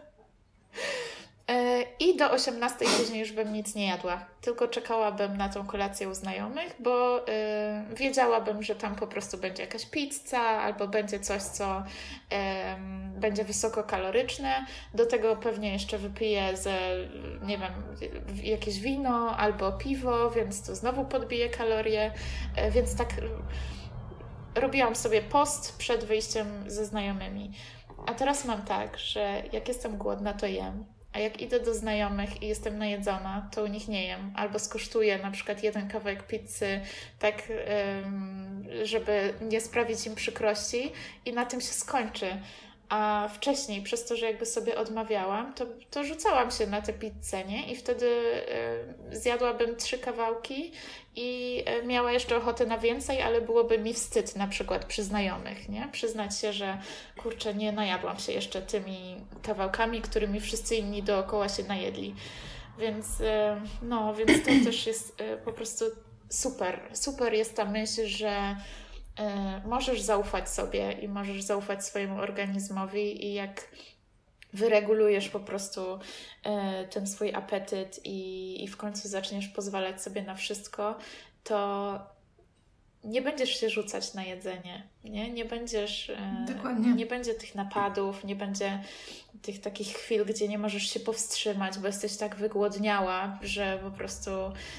I do 18:00 później już bym nic nie jadła, tylko czekałabym na tą kolację u znajomych, bo wiedziałabym, że tam po prostu będzie jakaś pizza albo będzie coś, co będzie wysokokaloryczne. Do tego pewnie jeszcze wypiję nie wiem, jakieś wino albo piwo, więc to znowu podbije kalorie, więc tak robiłam sobie post przed wyjściem ze znajomymi. A teraz mam tak, że jak jestem głodna, to jem. A jak idę do znajomych i jestem najedzona, to u nich nie jem. Albo skosztuję na przykład jeden kawałek pizzy, tak żeby nie sprawić im przykrości i na tym się skończy. A wcześniej, przez to, że jakby sobie odmawiałam, to rzucałam się na tę pizzę, nie? I wtedy zjadłabym 3 kawałki i miała jeszcze ochotę na więcej, ale byłoby mi wstyd na przykład przy znajomych, nie? Przyznać się, że kurczę, nie najadłam się jeszcze tymi kawałkami, którymi wszyscy inni dookoła się najedli. Więc to też jest po prostu super. Super jest ta myśl, że możesz zaufać sobie i możesz zaufać swojemu organizmowi i jak wyregulujesz po prostu ten swój apetyt i w końcu zaczniesz pozwalać sobie na wszystko, to nie będziesz się rzucać na jedzenie, nie będziesz, nie będzie tych napadów, nie będzie tych takich chwil, gdzie nie możesz się powstrzymać, bo jesteś tak wygłodniała, że po prostu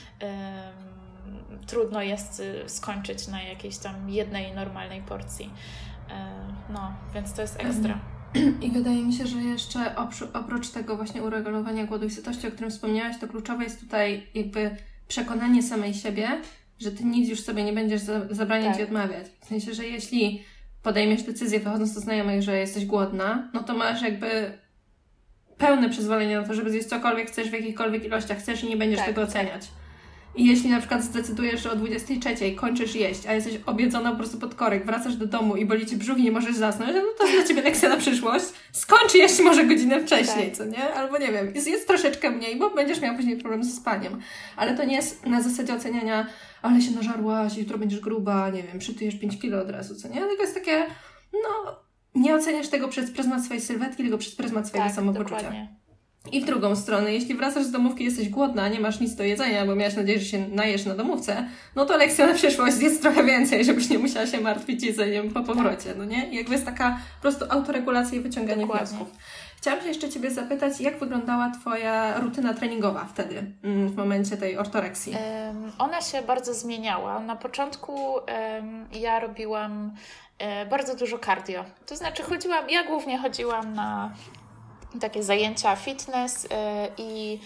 trudno jest skończyć na jakiejś tam jednej normalnej porcji. Więc to jest ekstra. I wydaje mi się, że jeszcze oprócz tego właśnie uregulowania głodu i sytości, o którym wspomniałaś, to kluczowe jest tutaj jakby przekonanie samej siebie, że ty nic już sobie nie będziesz zabraniać i odmawiać. W sensie, że jeśli podejmiesz decyzję wychodząc do znajomych, że jesteś głodna, no to masz jakby pełne przyzwolenie na to, żeby zjeść cokolwiek chcesz, w jakichkolwiek ilościach chcesz i nie będziesz tego oceniać. I jeśli na przykład zdecydujesz, że o 23:00 kończysz jeść, a jesteś objedzona po prostu pod korek, wracasz do domu i boli cię brzuch i nie możesz zasnąć, no to jest dla ciebie lekcja na przyszłość. Skończ jeść może godzinę wcześniej, co nie? Albo nie wiem, jest troszeczkę mniej, bo będziesz miał później problem ze spaniem. Ale to nie jest na zasadzie oceniania, ale się nażarłaś, jutro będziesz gruba, nie wiem, przytyjesz 5 kilo od razu, co nie? Tylko jest takie, nie oceniasz tego przez pryzmat swojej sylwetki, tylko przez pryzmat swojego samopoczucia. Dokładnie. I w drugą stronę, jeśli wracasz z domówki, jesteś głodna, nie masz nic do jedzenia, bo miałaś nadzieję, że się najesz na domówce, no to lekcja na przyszłość zjedz trochę więcej, żebyś nie musiała się martwić jedzeniem po powrocie, no nie? Jakby jest taka po prostu autoregulacja i wyciąganie wniosków. Chciałam się jeszcze Ciebie zapytać, jak wyglądała Twoja rutyna treningowa wtedy, w momencie tej ortoreksji? Ona się bardzo zmieniała. Na początku ja robiłam bardzo dużo cardio. To znaczy ja głównie chodziłam na takie zajęcia fitness i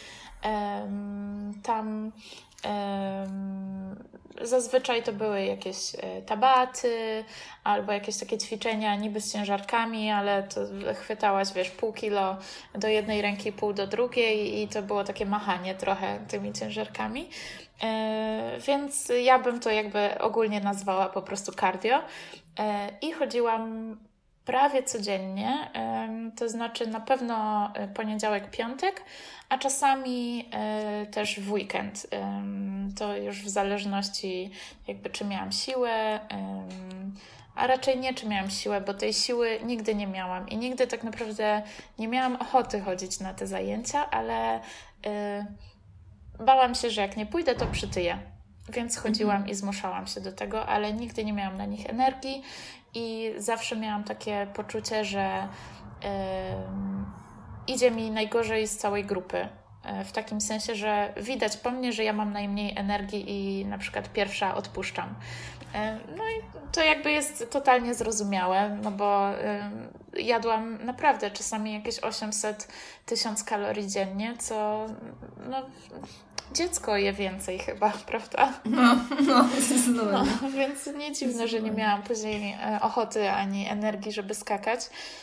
tam zazwyczaj to były jakieś tabaty albo jakieś takie ćwiczenia niby z ciężarkami, ale to chwytałaś, pół kilo do jednej ręki, pół do drugiej i to było takie machanie trochę tymi ciężarkami. Więc ja bym to jakby ogólnie nazwała po prostu cardio i chodziłam prawie codziennie, to znaczy na pewno poniedziałek, piątek, a czasami też w weekend. To już w zależności jakby czy miałam siłę, a raczej nie czy miałam siłę, bo tej siły nigdy nie miałam i nigdy tak naprawdę nie miałam ochoty chodzić na te zajęcia, ale bałam się, że jak nie pójdę, to przytyję. Więc chodziłam i zmuszałam się do tego, ale nigdy nie miałam na nich energii i zawsze miałam takie poczucie, że idzie mi najgorzej z całej grupy. W takim sensie, że widać po mnie, że ja mam najmniej energii i na przykład pierwsza odpuszczam. No i to jakby jest totalnie zrozumiałe, no bo jadłam naprawdę czasami jakieś 800-1000 kalorii dziennie, co dziecko je więcej chyba, prawda? Zdecydowanie. Więc nie dziwne, że nie miałam później ochoty ani energii, żeby skakać.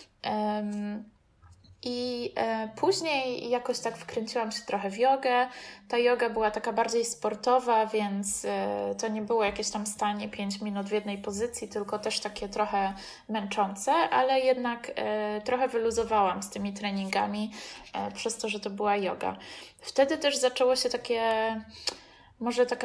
I później jakoś tak wkręciłam się trochę w jogę. Ta joga była taka bardziej sportowa, więc to nie było jakieś tam stanie 5 minut w jednej pozycji, tylko też takie trochę męczące, ale jednak trochę wyluzowałam z tymi treningami przez to, że to była joga. Wtedy też zaczęło się takie, może taka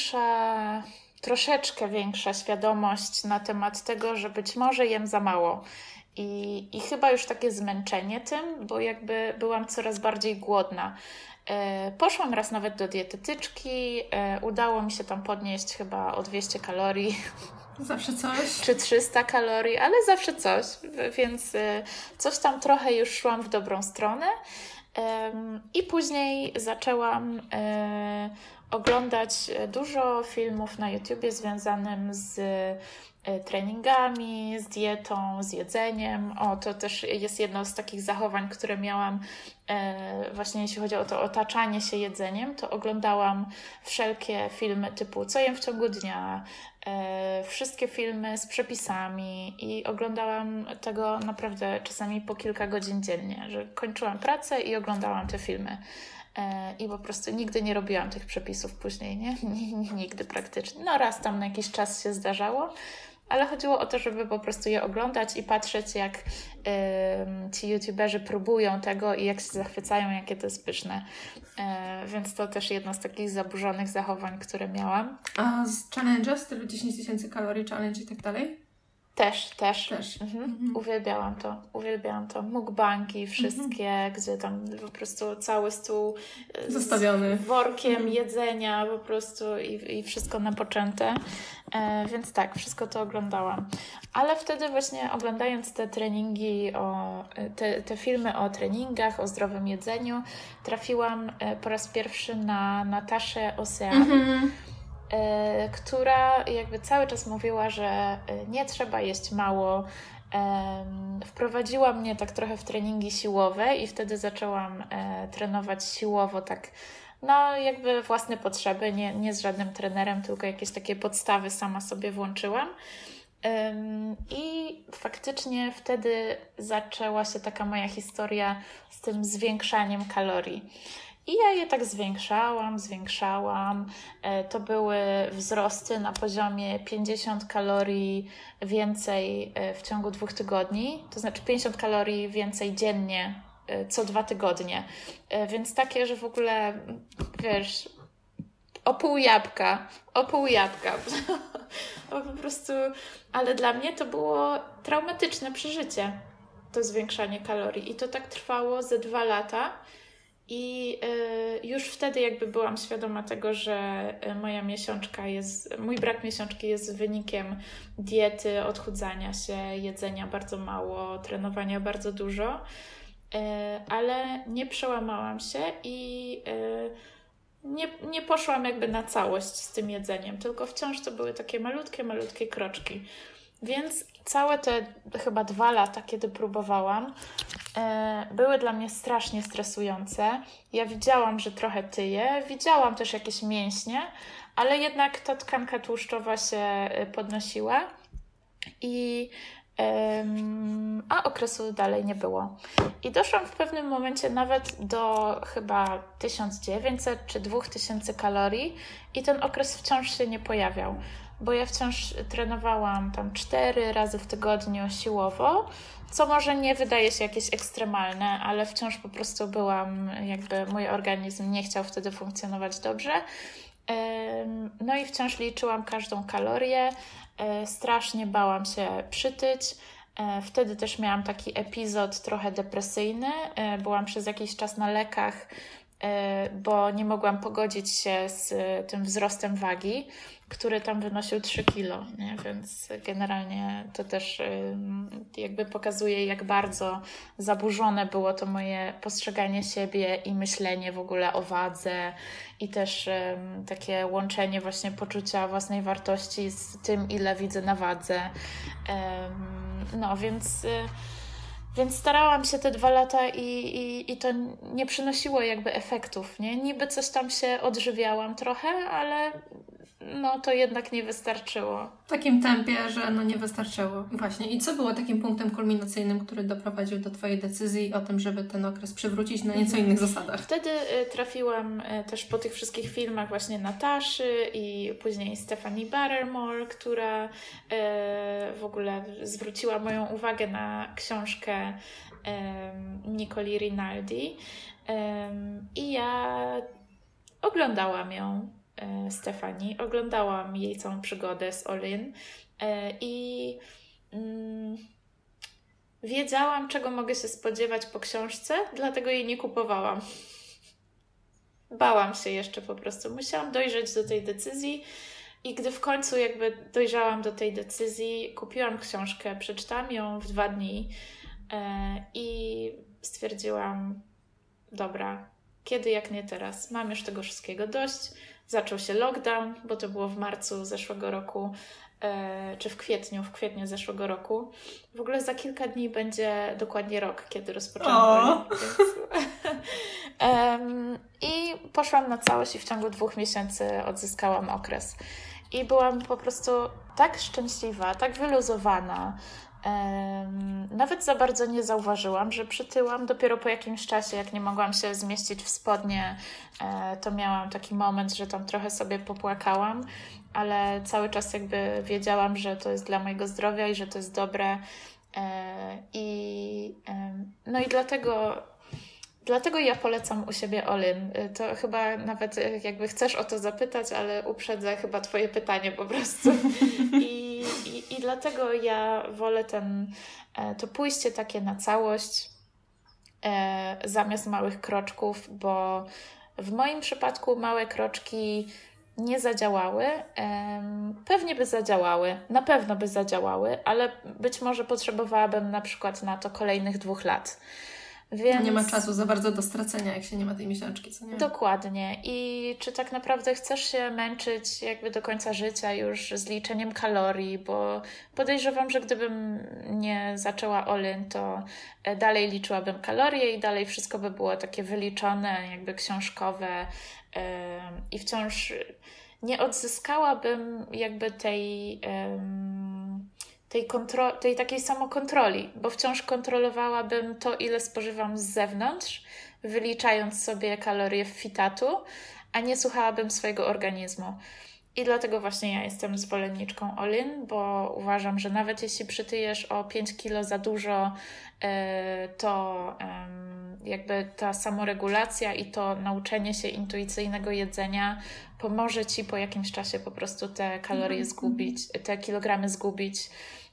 troszeczkę większa świadomość na temat tego, że być może jem za mało. I chyba już takie zmęczenie tym, bo jakby byłam coraz bardziej głodna. Poszłam raz nawet do dietetyczki, udało mi się tam podnieść chyba o 200 kalorii. Zawsze coś. Czy 300 kalorii, ale zawsze coś, więc coś tam trochę już szłam w dobrą stronę. I później zaczęłam oglądać dużo filmów na YouTubie związanym z treningami, z dietą, z jedzeniem. To też jest jedno z takich zachowań, które miałam właśnie jeśli chodzi o to otaczanie się jedzeniem, to oglądałam wszelkie filmy typu co jem w ciągu dnia, wszystkie filmy z przepisami i oglądałam tego naprawdę czasami po kilka godzin dziennie, że kończyłam pracę i oglądałam te filmy. I po prostu nigdy nie robiłam tych przepisów później, nie? Nigdy praktycznie. Raz tam na jakiś czas się zdarzało, ale chodziło o to, żeby po prostu je oglądać i patrzeć, jak ci youtuberzy próbują tego i jak się zachwycają, jakie to jest pyszne. Więc to też jedno z takich zaburzonych zachowań, które miałam. A z challenge'a, z stylu 10 000 kalorii challenge i tak dalej? Też. Uwielbiałam to. Mukbangi wszystkie, gdzie tam po prostu cały stół zostawiony workiem jedzenia po prostu i wszystko napoczęte. Więc tak, wszystko to oglądałam. Ale wtedy właśnie oglądając te treningi, te filmy o treningach, o zdrowym jedzeniu, trafiłam po raz pierwszy na Nataszę Ocean. Która jakby cały czas mówiła, że nie trzeba jeść mało. Wprowadziła mnie tak trochę w treningi siłowe i wtedy zaczęłam trenować siłowo tak jakby własne potrzeby, nie z żadnym trenerem, tylko jakieś takie podstawy sama sobie włączyłam. I faktycznie wtedy zaczęła się taka moja historia z tym zwiększaniem kalorii. I ja je tak zwiększałam. To były wzrosty na poziomie 50 kalorii więcej w ciągu 2 tygodni. To znaczy 50 kalorii więcej dziennie co 2 tygodnie. Więc takie, że w ogóle, wiesz, o pół jabłka. Po prostu, ale dla mnie to było traumatyczne przeżycie, to zwiększanie kalorii. I to tak trwało ze 2 lata. I już wtedy jakby byłam świadoma tego, że mój brak miesiączki jest wynikiem diety, odchudzania się, jedzenia bardzo mało, trenowania bardzo dużo, ale nie przełamałam się i nie poszłam jakby na całość z tym jedzeniem, tylko wciąż to były takie malutkie kroczki. Więc całe te chyba 2 lata, kiedy próbowałam, były dla mnie strasznie stresujące. Ja widziałam, że trochę tyję, widziałam też jakieś mięśnie, ale jednak ta tkanka tłuszczowa się podnosiła a okresu dalej nie było. I doszłam w pewnym momencie nawet do chyba 1900 czy 2000 kalorii i ten okres wciąż się nie pojawiał, bo ja wciąż trenowałam tam 4 razy w tygodniu siłowo, co może nie wydaje się jakieś ekstremalne, ale wciąż po prostu mój organizm nie chciał wtedy funkcjonować dobrze. No i wciąż liczyłam każdą kalorię, strasznie bałam się przytyć. Wtedy też miałam taki epizod trochę depresyjny. Byłam przez jakiś czas na lekach, bo nie mogłam pogodzić się z tym wzrostem wagi, który tam wynosił 3 kilo, nie? Więc generalnie to też jakby pokazuje, jak bardzo zaburzone było to moje postrzeganie siebie i myślenie w ogóle o wadze i też takie łączenie właśnie poczucia własnej wartości z tym, ile widzę na wadze. Więc starałam się te 2 lata i to nie przynosiło jakby efektów, nie? Niby coś tam się odżywiałam trochę, ale to jednak nie wystarczyło. W takim tempie, że nie wystarczyło. Właśnie. I co było takim punktem kulminacyjnym, który doprowadził do Twojej decyzji o tym, żeby ten okres przywrócić na nieco innych zasadach? Wtedy trafiłam też po tych wszystkich filmach właśnie Nataszy i później Stephanie Buttermore, która w ogóle zwróciła moją uwagę na książkę Nicoli Rinaldi i ja oglądałam ją. Stefanii. Oglądałam jej całą przygodę z All In i wiedziałam, czego mogę się spodziewać po książce, dlatego jej nie kupowałam. Bałam się jeszcze po prostu. Musiałam dojrzeć do tej decyzji i gdy w końcu jakby dojrzałam do tej decyzji, kupiłam książkę, przeczytałam ją w 2 dni i stwierdziłam, dobra, kiedy jak nie teraz. Mam już tego wszystkiego dość. Zaczął się lockdown, bo to było w marcu zeszłego roku, czy w kwietniu zeszłego roku. W ogóle za kilka dni będzie dokładnie rok, kiedy rozpoczęłam. I poszłam na całość i w ciągu 2 miesięcy odzyskałam okres. I byłam po prostu tak szczęśliwa, tak wyluzowana. Nawet za bardzo nie zauważyłam, że przytyłam. Dopiero po jakimś czasie, jak nie mogłam się zmieścić w spodnie, to miałam taki moment, że tam trochę sobie popłakałam, ale cały czas jakby wiedziałam, że to jest dla mojego zdrowia i że to jest dobre. I dlatego ja polecam u siebie All In. To chyba nawet jakby chcesz o to zapytać, ale uprzedzę chyba Twoje pytanie po prostu. I dlatego ja wolę to pójście takie na całość zamiast małych kroczków, bo w moim przypadku małe kroczki nie zadziałały. Pewnie by zadziałały, na pewno by zadziałały, ale być może potrzebowałabym na przykład na to kolejnych 2 lat. Więc nie ma czasu za bardzo do stracenia, jak się nie ma tej miesiączki, co nie? Dokładnie. I czy tak naprawdę chcesz się męczyć jakby do końca życia już z liczeniem kalorii, bo podejrzewam, że gdybym nie zaczęła All In, to dalej liczyłabym kalorie i dalej wszystko by było takie wyliczone, jakby książkowe i wciąż nie odzyskałabym jakby tej takiej samokontroli, bo wciąż kontrolowałabym to, ile spożywam z zewnątrz, wyliczając sobie kalorie w fitatu, a nie słuchałabym swojego organizmu. I dlatego właśnie ja jestem zwolenniczką All In, bo uważam, że nawet jeśli przytyjesz o 5 kilo za dużo, to jakby ta samoregulacja i to nauczenie się intuicyjnego jedzenia pomoże Ci po jakimś czasie po prostu te kalorie zgubić, te kilogramy zgubić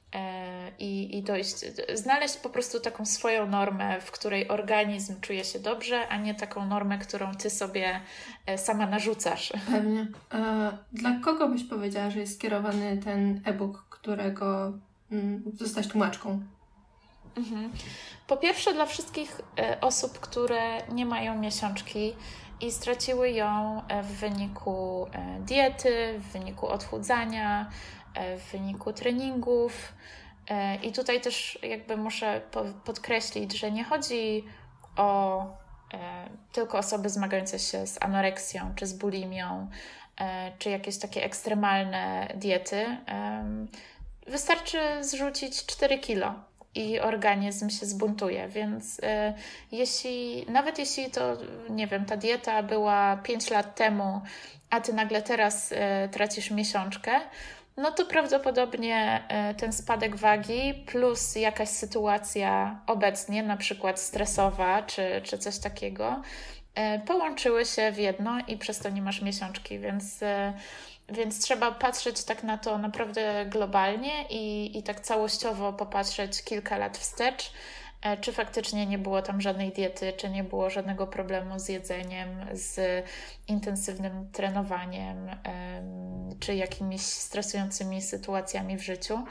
i dojść, znaleźć po prostu taką swoją normę, w której organizm czuje się dobrze, a nie taką normę, którą ty sobie sama narzucasz. Pewnie. Dla kogo byś powiedziała, że jest skierowany ten e-book, którego zostałaś tłumaczką? Po pierwsze dla wszystkich osób, które nie mają miesiączki i straciły ją w wyniku diety, w wyniku odchudzania, w wyniku treningów. I tutaj też jakby muszę podkreślić, że nie chodzi o tylko osoby zmagające się z anoreksją, czy z bulimią, czy jakieś takie ekstremalne diety. Wystarczy zrzucić 4 kilo i organizm się zbuntuje, więc nawet jeśli to, nie wiem, ta dieta była 5 lat temu, a ty nagle teraz tracisz miesiączkę, no to prawdopodobnie ten spadek wagi plus jakaś sytuacja obecnie, na przykład stresowa czy coś takiego, połączyły się w jedno i przez to nie masz miesiączki, więc trzeba patrzeć tak na to naprawdę globalnie i tak całościowo popatrzeć kilka lat wstecz, czy faktycznie nie było tam żadnej diety, czy nie było żadnego problemu z jedzeniem, z intensywnym trenowaniem, czy jakimiś stresującymi sytuacjami w życiu.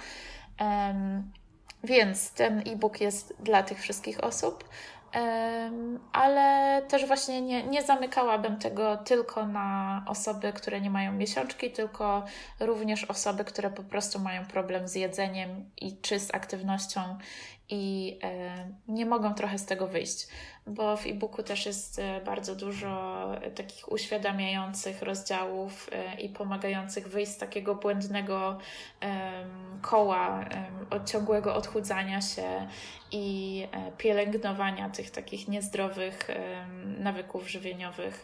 Więc ten e-book jest dla tych wszystkich osób, ale też właśnie nie zamykałabym tego tylko na osoby, które nie mają miesiączki, tylko również osoby, które po prostu mają problem z jedzeniem czy z aktywnością i nie mogą trochę z tego wyjść, bo w e-booku też jest bardzo dużo takich uświadamiających rozdziałów i pomagających wyjść z takiego błędnego koła ciągłego odchudzania się i pielęgnowania tych takich niezdrowych nawyków żywieniowych.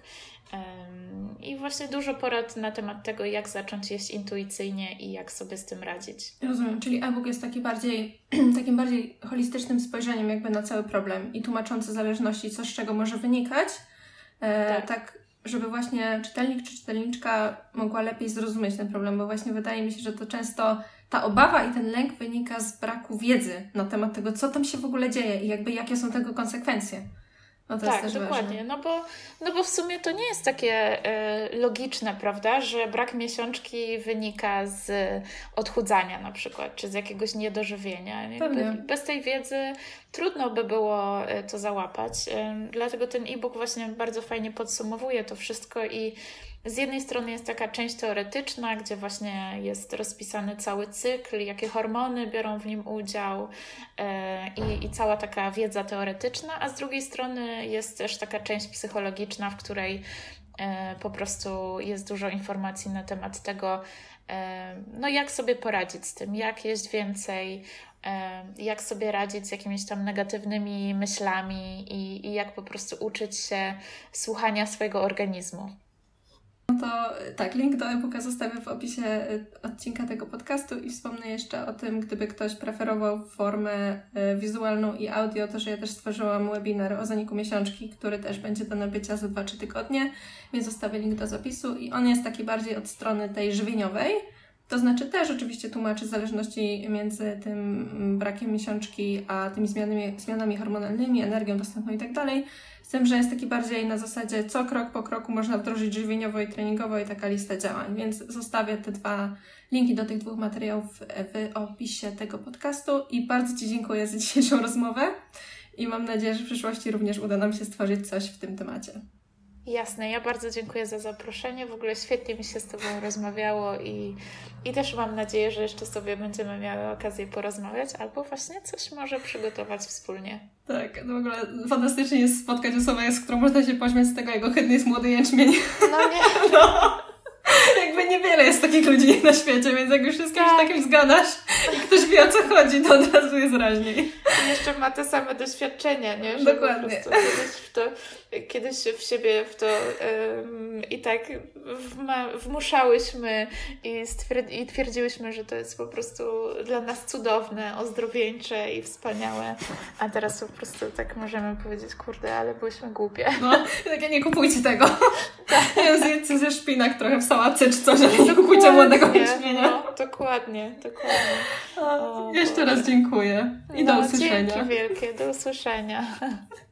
I właśnie dużo porad na temat tego, jak zacząć jeść intuicyjnie i jak sobie z tym radzić. Rozumiem, czyli e-book jest takim bardziej holistycznym spojrzeniem jakby na cały problem i tłumaczący zależności, co z czego może wynikać, tak żeby właśnie czytelnik czy czytelniczka mogła lepiej zrozumieć ten problem, bo właśnie wydaje mi się, że to często ta obawa i ten lęk wynika z braku wiedzy na temat tego, co tam się w ogóle dzieje i jakby jakie są tego konsekwencje. No to tak, jest też dokładnie. ważne. No bo w sumie to nie jest takie logiczne, prawda, że brak miesiączki wynika z odchudzania na przykład, czy z jakiegoś niedożywienia. Bez tej wiedzy trudno by było to załapać. Dlatego ten e-book właśnie bardzo fajnie podsumowuje to wszystko i z jednej strony jest taka część teoretyczna, gdzie właśnie jest rozpisany cały cykl, jakie hormony biorą w nim udział i cała taka wiedza teoretyczna, a z drugiej strony jest też taka część psychologiczna, w której po prostu jest dużo informacji na temat tego, no jak sobie poradzić z tym, jak jeść więcej, jak sobie radzić z jakimiś tam negatywnymi myślami i jak po prostu uczyć się słuchania swojego organizmu. No to tak, link do e-booka zostawię w opisie odcinka tego podcastu i wspomnę jeszcze o tym, gdyby ktoś preferował formę wizualną i audio, to że ja też stworzyłam webinar o zaniku miesiączki, który też będzie do nabycia za 2-3 tygodnie, więc zostawię link do zapisu i on jest taki bardziej od strony tej żywieniowej, to znaczy też oczywiście tłumaczy zależności między tym brakiem miesiączki a tymi zmianami hormonalnymi, energią dostępną i tak dalej. Z tym, że jest taki bardziej na zasadzie, co krok po kroku można wdrożyć żywieniowo i treningowo i taka lista działań. Więc zostawię te linki do tych 2 materiałów w opisie tego podcastu i bardzo Ci dziękuję za dzisiejszą rozmowę i mam nadzieję, że w przyszłości również uda nam się stworzyć coś w tym temacie. Jasne, ja bardzo dziękuję za zaproszenie. W ogóle świetnie mi się z Tobą rozmawiało i też mam nadzieję, że jeszcze sobie będziemy miały okazję porozmawiać albo właśnie coś może przygotować wspólnie. Tak, no w ogóle fantastycznie jest spotkać osobę, z którą można się pośmiać z tego, jak ohydny jest młody jęczmień. No nie. No. Jakby niewiele jest takich ludzi na świecie, więc jak już wszystkim się takim zgadasz i ktoś wie, o co chodzi, to od razu jest raźniej. I jeszcze ma te same doświadczenia, nie? Że Dokładnie. po prostu kiedyś w siebie w to i tak wmuszałyśmy i twierdziłyśmy, że to jest po prostu dla nas cudowne, ozdrowieńcze i wspaniałe. A teraz po prostu tak możemy powiedzieć, kurde, ale byłyśmy głupie. No, takie nie kupujcie tego. Nie, zjedzcie ze szpinak trochę w sałatce czy coś, ale nie kupujcie młodego jęczmienia. No, dokładnie. Jeszcze raz dziękuję i do usłyszenia. Dzięki wielkie, do usłyszenia.